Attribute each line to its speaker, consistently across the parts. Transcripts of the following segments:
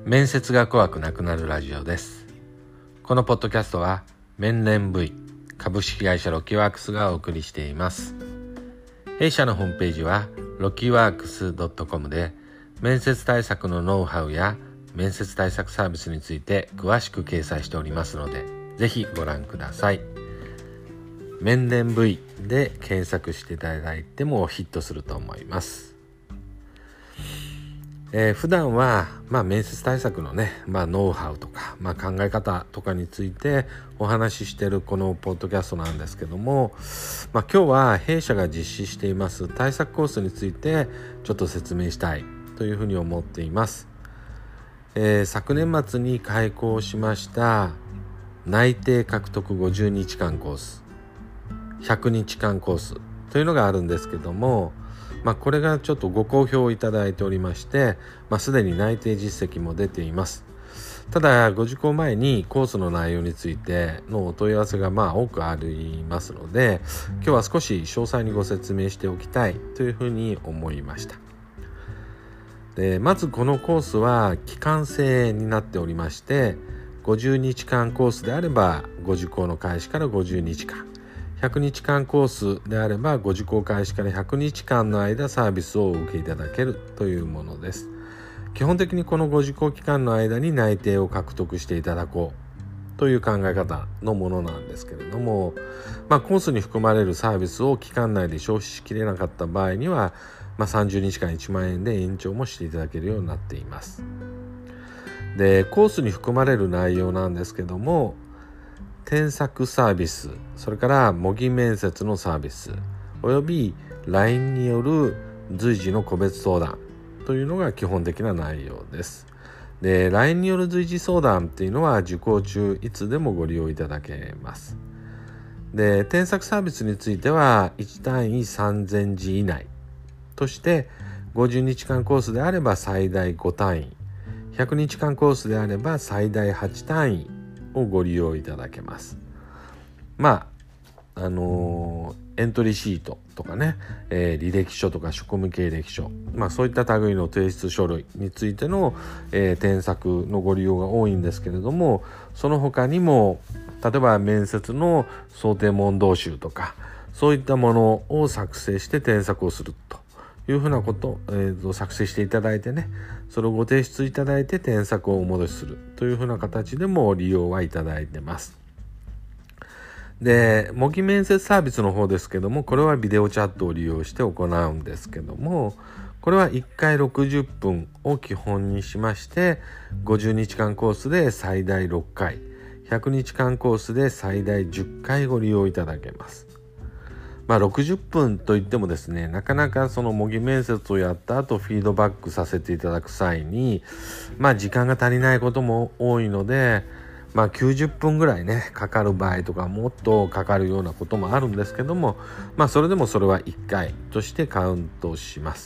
Speaker 1: 面接が怖くなくなるラジオです。このポッドキャストは面連 V 株式会社ロキワークスがお送りしています。弊社のホームページはロキワークス .com で面接対策のノウハウや面接対策サービスについて詳しく掲載しておりますので、ぜひご覧ください。面連 V で検索していただいてもヒットすると思います。普段は、面接対策のね、ノウハウとか、考え方とかについてお話ししているこのポッドキャストなんですけども、今日は弊社が実施しています対策コースについてちょっと説明したいというふうに思っています。昨年末に開講しました内定獲得50日間コース、100日間コースというのがあるんですけども、これがちょっとご好評いただいておりまして、すでに内定実績も出ています。ただご受講前にコースの内容についてのお問い合わせが多くありますので、今日は少し詳細にご説明しておきたいというふうに思いました。でまずこのコースは期間制になっておりまして、50日間コースであればご受講の開始から50日間、100日間コースであればご受講開始から100日間の間サービスをお受けいただけるというものです。基本的にこのご受講期間の間に内定を獲得していただこうという考え方のものなんですけれども、コースに含まれるサービスを期間内で消費しきれなかった場合には、30日間1万円で延長もしていただけるようになっています。でコースに含まれる内容なんですけども、添削サービス、それから模擬面接のサービス、および LINE による随時の個別相談というのが基本的な内容です。で LINE による随時相談っていうのは受講中いつでもご利用いただけます。で添削サービスについては1単位3000字以内として、50日間コースであれば最大5単位、100日間コースであれば最大8単位をご利用いただけます。エントリーシートとかね、履歴書とか職務経歴書、そういった類の提出書類についての、添削のご利用が多いんですけれども、その他にも例えば面接の想定問答集とか、そういったものを作成して添削をするというふうなこと、作成していただいてね、それをご提出いただいて添削をお戻しするというふうな形でも利用はいただいてます。で模擬面接サービスの方ですけども、これはビデオチャットを利用して行うんですけども、これは1回60分を基本にしまして、50日間コースで最大6回、100日間コースで最大10回ご利用いただけます。60分といってもですね、なかなかその模擬面接をやった後フィードバックさせていただく際に、時間が足りないことも多いので、90分ぐらいねかかる場合とか、もっとかかるようなこともあるんですけども、それでもそれは1回としてカウントします。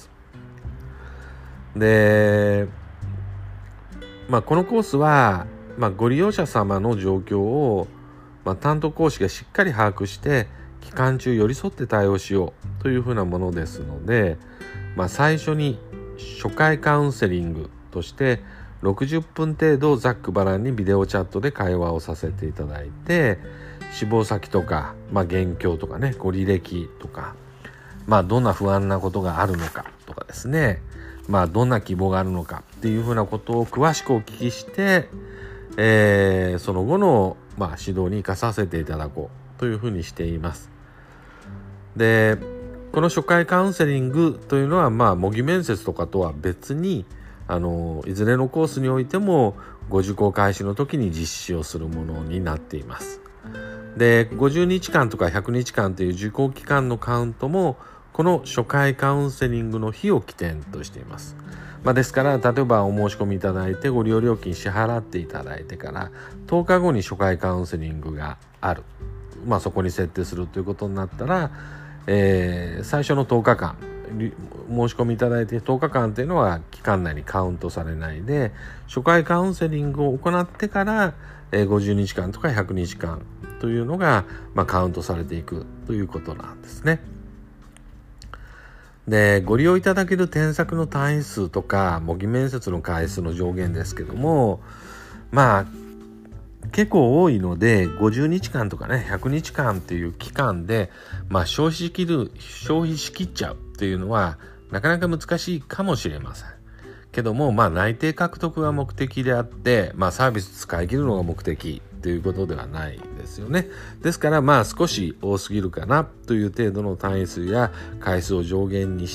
Speaker 1: でこのコースは、ご利用者様の状況を、担当講師がしっかり把握して期間中寄り添って対応しようというふうなものですので、最初に初回カウンセリングとして60分程度ざっくばらんにビデオチャットで会話をさせていただいて、志望先とか、現況とかね、ご履歴とか、どんな不安なことがあるのかとかですね、どんな希望があるのかっていうふうなことを詳しくお聞きして、その後の、指導に生かさせていただこうというふうにしています。でこの初回カウンセリングというのは、模擬面接とかとは別に、いずれのコースにおいてもご受講開始の時に実施をするものになっています。で50日間とか100日間という受講期間のカウントもこの初回カウンセリングの日を起点としています。ですから例えばお申し込みいただいてご利用料金支払っていただいてから10日後に初回カウンセリングがある、そこに設定するということになったら、最初の10日間申し込みいただいて10日間というのは期間内にカウントされないで、初回カウンセリングを行ってから、50日間とか100日間というのが、カウントされていくということなんですね。 で、ご利用いただける添削の単位数とか模擬面接の回数の上限ですけども、結構多いので50日間とかね100日間っていう期間で、消費しきっちゃうっていうのはなかなか難しいかもしれませんけども、内定獲得が目的であって、サービス使い切るのが目的っていうことではないですよね。ですから少し多すぎるかなという程度の単位数や回数を上限にして、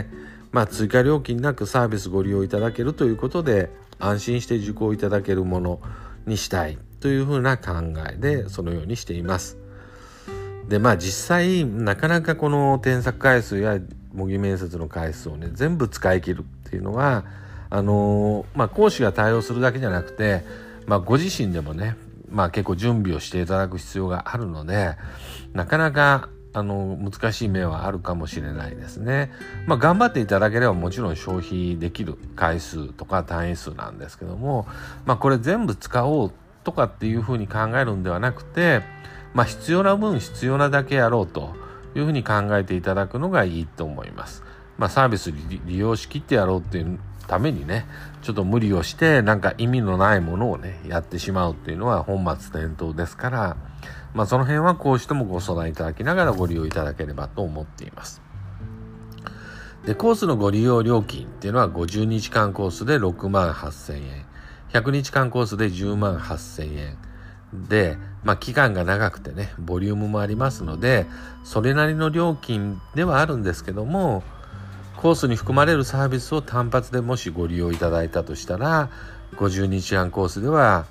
Speaker 1: 追加料金なくサービスご利用いただけるということで安心して受講いただけるものにしたいというふうな考えでそのようにしています。で、実際なかなかこの添削回数や模擬面接の回数をね全部使い切るっていうのは講師が対応するだけじゃなくて、ご自身でもね、結構準備をしていただく必要があるので、なかなか難しい面はあるかもしれないですね。頑張っていただければもちろん消費できる回数とか単位数なんですけども、これ全部使おうとかっていうふうに考えるんではなくて、必要な分必要なだけやろうというふうに考えていただくのがいいと思います。サービス利用しきってやろうっていうためにね、ちょっと無理をしてなんか意味のないものをねやってしまうっていうのは本末転倒ですから、その辺は講師ともご相談いただきながらご利用いただければと思っています。で、コースのご利用料金っていうのは50日間コースで6万8000円、100日間コースで10万8000円で、期間が長くてねボリュームもありますのでそれなりの料金ではあるんですけども、コースに含まれるサービスを単発でもしご利用いただいたとしたら50日間コースでは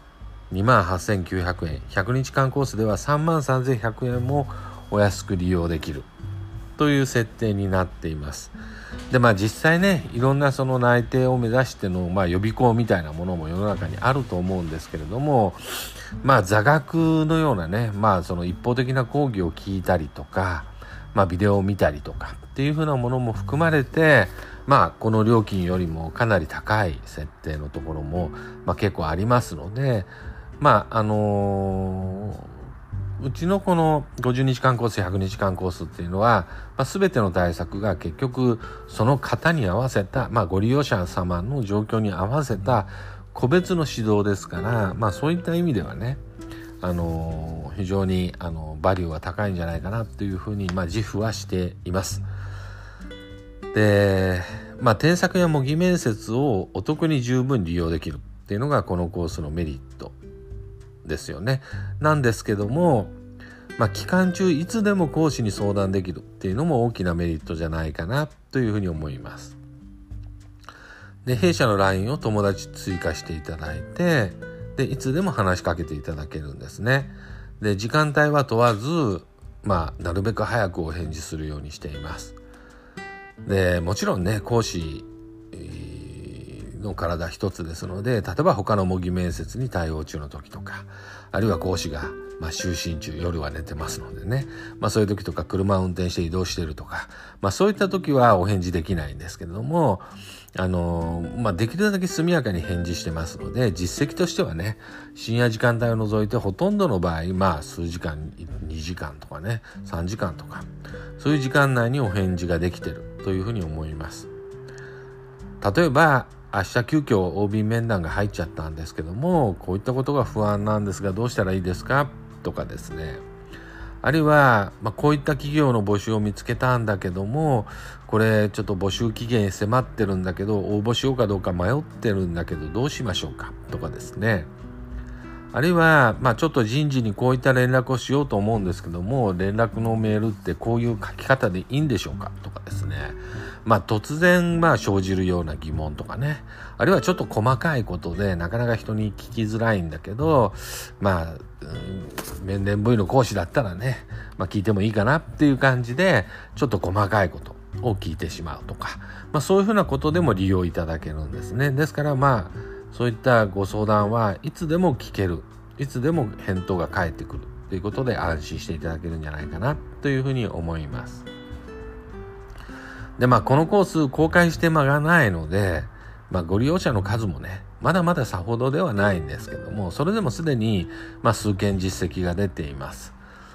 Speaker 1: 28,900円、100日間コースでは33,100円もお安く利用できるという設定になっています。で、実際ねいろんなその内定を目指しての予備校みたいなものも世の中にあると思うんですけれども、座学のようなねその一方的な講義を聞いたりとか、ビデオを見たりとかっていう風なものも含まれて、この料金よりもかなり高い設定のところも、結構ありますので、うちのこの50日間コース100日間コースっていうのは、全ての対策が結局その方に合わせた、ご利用者様の状況に合わせた個別の指導ですから、そういった意味ではね非常にバリューは高いんじゃないかなというふうに自負はしています。で、添削や模擬面接をお得に十分利用できるっていうのがこのコースのメリットですよね。なんですけども、期間中いつでも講師に相談できるっていうのも大きなメリットじゃないかなというふうに思います。で、弊社の LINE を友達追加していただいて、でいつでも話しかけていただけるんですね。で、時間帯は問わず、なるべく早くお返事するようにしています。で、もちろんね講師の体一つですので、例えば他の模擬面接に対応中の時とか、あるいは講師が就寝中、夜は寝てますのでね、そういう時とか車を運転して移動しているとか、そういった時はお返事できないんですけれども、できるだけ速やかに返事してますので、実績としてはね深夜時間帯を除いてほとんどの場合数時間、2時間とかね3時間とか、そういう時間内にお返事ができているというふうに思います。例えば明日急遽 OB 面談が入っちゃったんですけども、こういったことが不安なんですがどうしたらいいですかとかですね、あるいは、こういった企業の募集を見つけたんだけども、これちょっと募集期限迫ってるんだけど応募しようかどうか迷ってるんだけどどうしましょうかとかですね、あるいは、ちょっと人事にこういった連絡をしようと思うんですけども、連絡のメールってこういう書き方でいいんでしょうかとかですね、突然生じるような疑問とかね、あるいはちょっと細かいことでなかなか人に聞きづらいんだけど、面談部位の講師だったらね、聞いてもいいかなっていう感じでちょっと細かいことを聞いてしまうとか、そういうふうなことでも利用いただけるんですね。ですからそういったご相談はいつでも聞ける、いつでも返答が返ってくるということで安心していただけるんじゃないかなというふうに思います。で、このコース公開して間がないので、ご利用者の数もねまだまださほどではないんですけども、それでもすでに数件実績が出ています。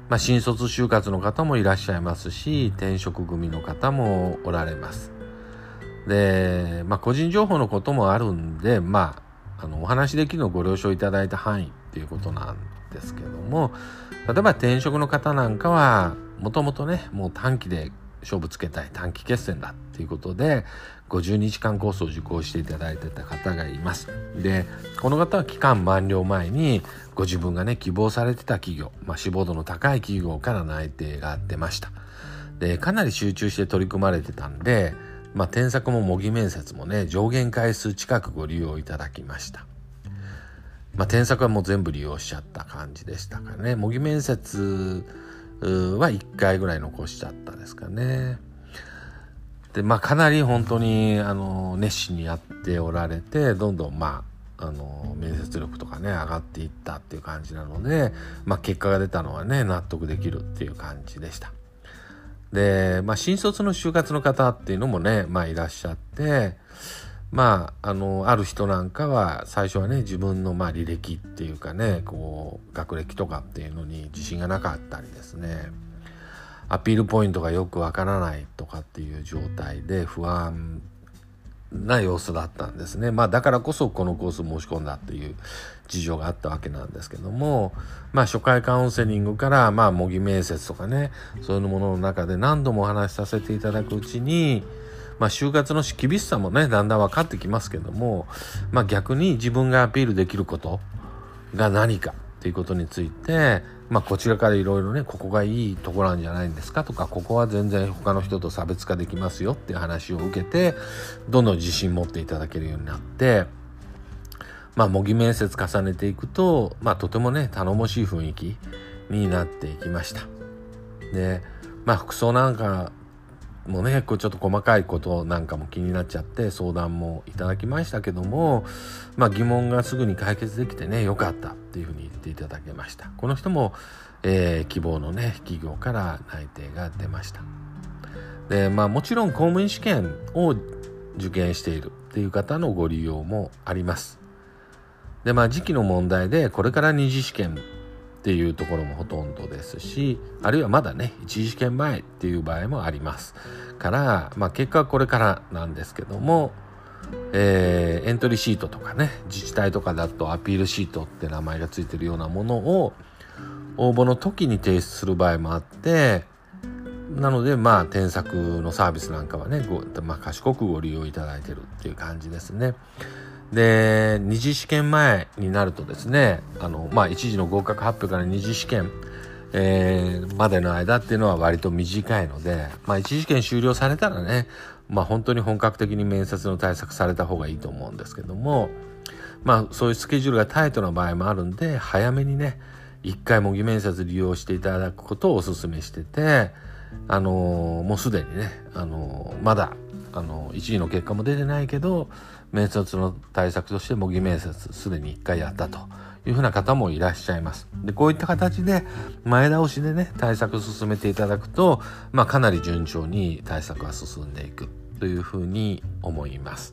Speaker 1: 新卒就活の方もいらっしゃいますし、転職組の方もおられます。で、個人情報のこともあるんで、お話できるのをご了承いただいた範囲っていうことなんですけども、例えば転職の方なんかはもともとね、もう短期で勝負つけたい、短期決戦だっていうことで50日間コースを受講していただいてた方がいます。で、この方は期間満了前にご自分がね希望されてた企業、志望度の高い企業から内定が出ました。で、かなり集中して取り組まれてたんで、添削も模擬面接もね上限回数近くご利用いただきました。添削はもう全部利用しちゃった感じでしたからね。模擬面接は1回ぐらい残しちゃったですかね。で、かなり本当に熱心にやっておられて、どんどん面接力とかね上がっていったっていう感じなので、結果が出たのはね納得できるっていう感じでした。で、新卒の就活の方っていうのもねいらっしゃって、ある人なんかは最初はね自分の履歴っていうかね学歴とかっていうのに自信がなかったりですね、アピールポイントがよくわからないとかっていう状態で不安な様子だったんですね。だからこそこのコースを申し込んだっていう事情があったわけなんですけども、初回カウンセリングから模擬面接とかね、そういうものの中で何度もお話しさせていただくうちに、就活の厳しさもねだんだん分かってきますけども、逆に自分がアピールできることが何かっていうことについて、こちらからいろいろねここがいいところなんじゃないんですかとか、ここは全然他の人と差別化できますよっていう話を受けて、どんどん自信持っていただけるようになって、模擬面接重ねていくと、とてもね頼もしい雰囲気になっていきました。で、服装なんかもねちょっと細かいことなんかも気になっちゃって相談もいただきましたけども、疑問がすぐに解決できてねよかったっていうふうに言っていただけました。この人も、希望のね企業から内定が出ました。で、もちろん公務員試験を受験しているっていう方のご利用もあります。で、時期の問題でこれから二次試験っていうところもほとんどですし、あるいはまだね一次試験前っていう場合もありますから、結果はこれからなんですけども、エントリーシートとかね、自治体とかだとアピールシートって名前がついてるようなものを応募の時に提出する場合もあって、なので添削のサービスなんかはね賢くご利用いただいてるっていう感じですね。で、二次試験前になるとですね、一次の合格発表から二次試験、までの間っていうのは割と短いので、一次試験終了されたらね、本当に本格的に面接の対策された方がいいと思うんですけども、そういうスケジュールがタイトな場合もあるんで、早めにね一回模擬面接利用していただくことをお勧めしてて、もうすでにねまだ一次の結果も出てないけど面接の対策として模擬面接すでに1回やったというふうな方もいらっしゃいます。で、こういった形で前倒しでね対策を進めていただくと、かなり順調に対策が進んでいくというふうに思います。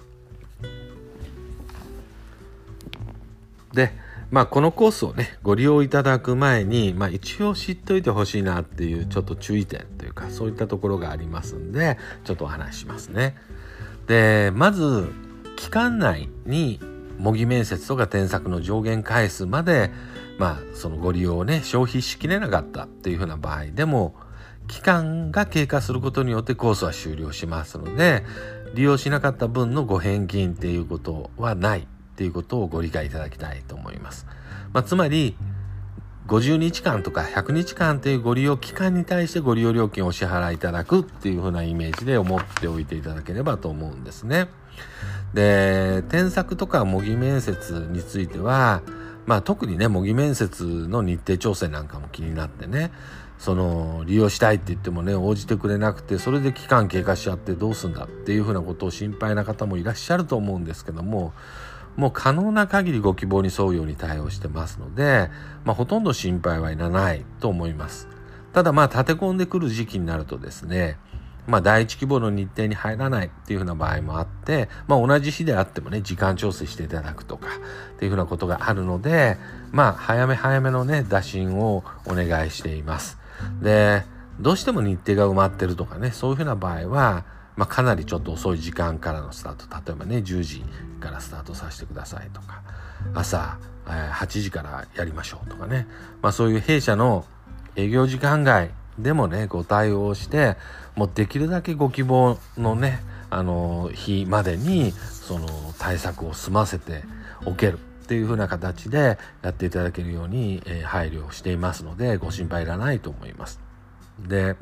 Speaker 1: で、このコースをねご利用いただく前に、一応知っておいてほしいなっていうちょっと注意点というか、そういったところがありますんでちょっとお話ししますね。で、まず期間内に模擬面接とか添削の上限回数まで、そのご利用をね消費しきれなかったっていうふうな場合でも、期間が経過することによってコースは終了しますので、利用しなかった分のご返金っていうことはないっていうことをご理解いただきたいと思います。つまり50日間とか100日間というご利用期間に対してご利用料金をお支払いいただくっていうふうなイメージで思っておいていただければと思うんですね。で、添削とか模擬面接については、特にね模擬面接の日程調整なんかも気になってね、利用したいって言ってもね応じてくれなくて、それで期間経過しちゃってどうすんだっていうふうなことを心配な方もいらっしゃると思うんですけども、もう可能な限りご希望に沿うように対応してますので、ほとんど心配はいらないと思います。ただ立て込んでくる時期になるとですね、第一希望の日程に入らないっていうふうな場合もあって、同じ日であってもね時間調整していただくとかっていうふうなことがあるので、早めのね打診をお願いしています。 で、どうしても日程が埋まってるとかね、そういうふうな場合は、かなりちょっと遅い時間からのスタート、例えばね10時からスタートさせてくださいとか、朝8時からやりましょうとかね、そういう弊社の営業時間外でもねご対応して、もうできるだけご希望のね日までにその対策を済ませておけるっていう風な形でやっていただけるように配慮していますので、ご心配いらないと思います。で、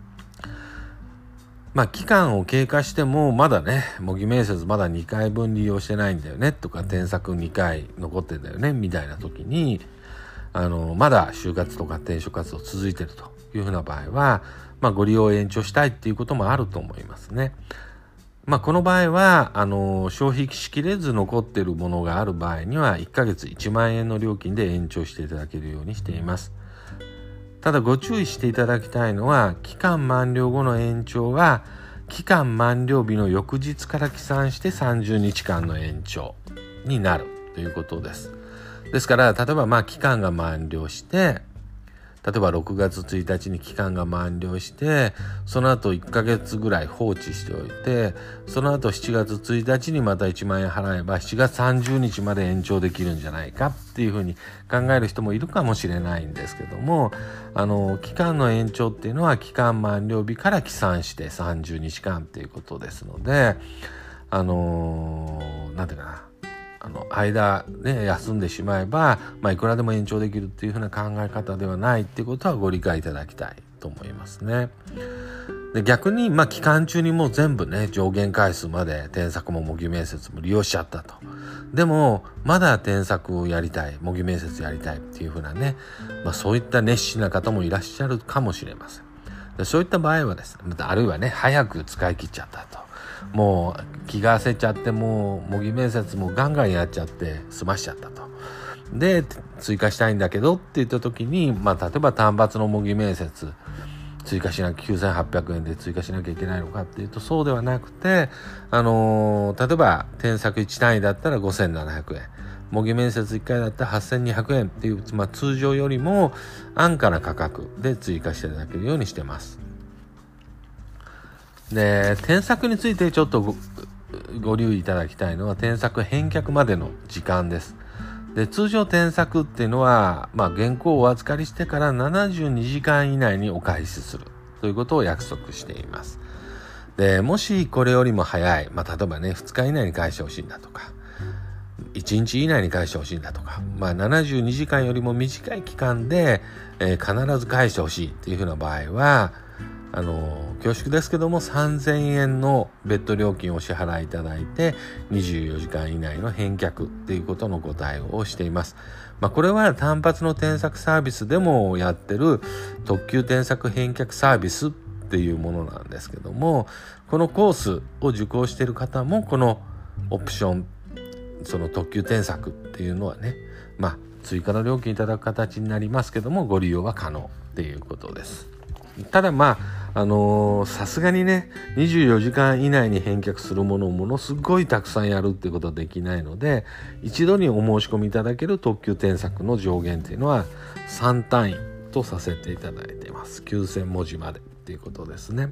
Speaker 1: 期間を経過してもまだね模擬面接まだ2回分利用してないんだよねとか、添削2回残ってんだよねみたいな時にまだ就活とか転職活動続いてるというふうな場合は、ご利用を延長したいっていうこともあると思いますね。この場合は消費しきれず残っているものがある場合には1ヶ月1万円の料金で延長していただけるようにしています。ただご注意していただきたいのは、期間満了後の延長は期間満了日の翌日から起算して30日間の延長になるということです。ですから例えば期間が満了して、例えば6月1日に期間が満了して、その後1ヶ月ぐらい放置しておいて、その後7月1日にまた1万円払えば7月30日まで延長できるんじゃないかっていうふうに考える人もいるかもしれないんですけども、期間の延長っていうのは期間満了日から起算して30日間っていうことですので、なんていうかな、間ね休んでしまえば、いくらでも延長できるっていう風な考え方ではないっていうことはご理解いただきたいと思いますね。で、逆に期間中にもう全部ね上限回数まで添削も模擬面接も利用しちゃったと。でもまだ添削をやりたい、模擬面接やりたいっていう風なね、そういった熱心な方もいらっしゃるかもしれません。で、そういった場合はですね、あるいはね早く使い切っちゃったと、もう気が焦っちゃって、もう模擬面接もガンガンやっちゃって済ましちゃったと。で、追加したいんだけどって言った時に、例えば単発の模擬面接追加しなきゃ9800円で追加しなきゃいけないのかっていうと、そうではなくて、例えば添削1単位だったら5700円、模擬面接1回だったら8200円っていう、通常よりも安価な価格で追加していただけるようにしてます。で、添削についてちょっとご留意いただきたいのは、添削返却までの時間です。で、通常添削っていうのは、原稿をお預かりしてから72時間以内にお返しするということを約束しています。で、もしこれよりも早い、例えばね2日以内に返してほしいんだとか、1日以内に返してほしいんだとか、72時間よりも短い期間で、必ず返してほしいっていうふうな場合は、恐縮ですけども3000円の別途料金をお支払いいただいて24時間以内の返却っていうことのご対応をしています。これは単発の添削サービスでもやってる特急添削返却サービスっていうものなんですけども、このコースを受講している方もこのオプション、その特急添削っていうのはね、追加の料金いただく形になりますけども、ご利用は可能っていうことです。たださすがにね24時間以内に返却するものをものすごいたくさんやるっていうことはできないので、一度にお申し込みいただける特急添削の上限っていうのは3単位とさせていただいています。9000文字までっていうことですね。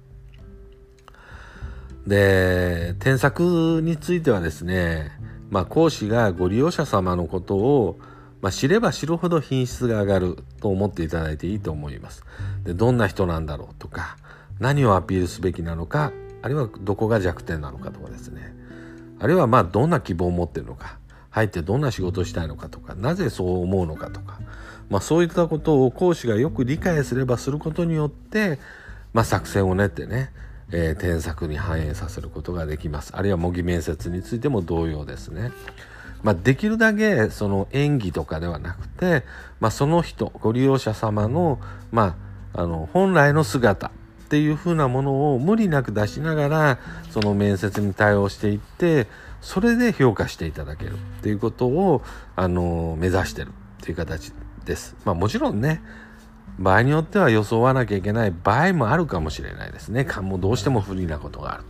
Speaker 1: で、添削についてはですね、講師がご利用者様のことを知れば知るほど品質が上がると思っていただいていいと思います。で、どんな人なんだろうとか、何をアピールすべきなのか、あるいはどこが弱点なのかとかですね、あるいはどんな希望を持っているのか、入ってどんな仕事をしたいのかとか、なぜそう思うのかとか、そういったことを講師がよく理解すればすることによって、作戦を練ってね、添削に反映させることができます。あるいは模擬面接についても同様ですね。できるだけその演技とかではなくて、その人ご利用者様の本来の姿っていう風なものを無理なく出しながらその面接に対応していって、それで評価していただけるっていうことを目指してるっていう形です。もちろんね、場合によっては予想わなきゃいけない場合もあるかもしれないですね。もうどうしても不利なことがあると。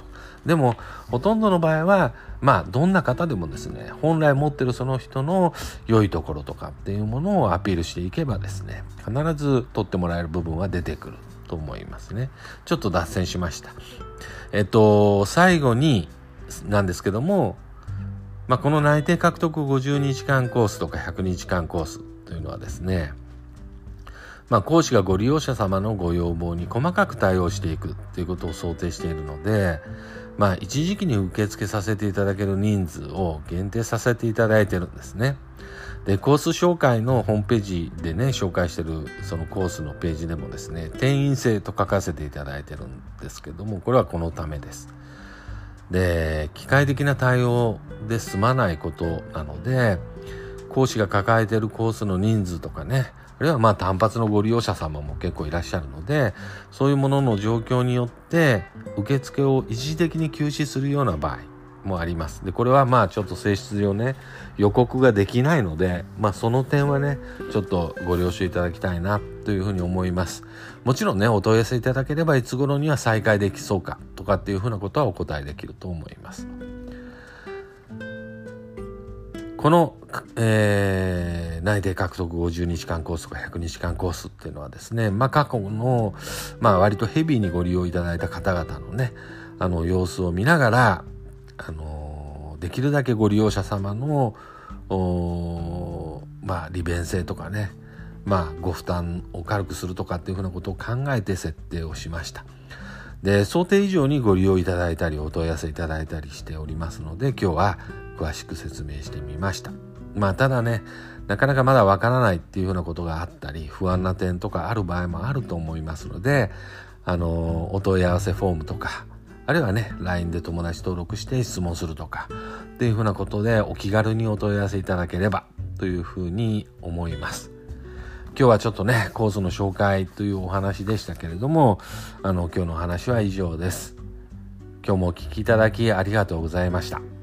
Speaker 1: でもほとんどの場合はどんな方でもですね、本来持ってるその人の良いところとかっていうものをアピールしていけばですね、必ず取ってもらえる部分は出てくると思いますね。ちょっと脱線しました。最後になんですけども、この内定獲得50日間コースとか100日間コースというのはですね、講師がご利用者様のご要望に細かく対応していくということを想定しているので、一時期に受け付けさせていただける人数を限定させていただいているんですね。で、コース紹介のホームページでね、紹介しているそのコースのページでもですね、定員制と書かせていただいているんですけども、これはこのためです。で、機械的な対応で済まないことなので、講師が抱えているコースの人数とかね、あるいは単発のご利用者様も結構いらっしゃるので、そういうものの状況によって受付を一時的に休止するような場合もあります。で、これはちょっと性質上ね、予告ができないので、その点はね、ちょっとご了承いただきたいなというふうに思います。もちろんね、お問い合わせいただければいつ頃には再開できそうかとかっていうふうなことはお答えできると思います。この、内定獲得50日間コースとか100日間コースっていうのはですね、過去の、割とヘビーにご利用いただいた方々のね、様子を見ながら、できるだけご利用者様の、利便性とかね、ご負担を軽くするとかっていうふうなことを考えて設定をしました。で、想定以上にご利用いただいたりお問い合わせいただいたりしておりますので、今日は詳しく説明してみました。ただね、なかなかまだわからないっていうふうなことがあったり、不安な点とかある場合もあると思いますので、お問い合わせフォームとか、あるいはね、LINE で友達登録して質問するとかっていうふうなことでお気軽にお問い合わせいただければというふうに思います。今日はちょっとね、コースの紹介というお話でしたけれども、今日の話は以上です。今日もお聞きいただきありがとうございました。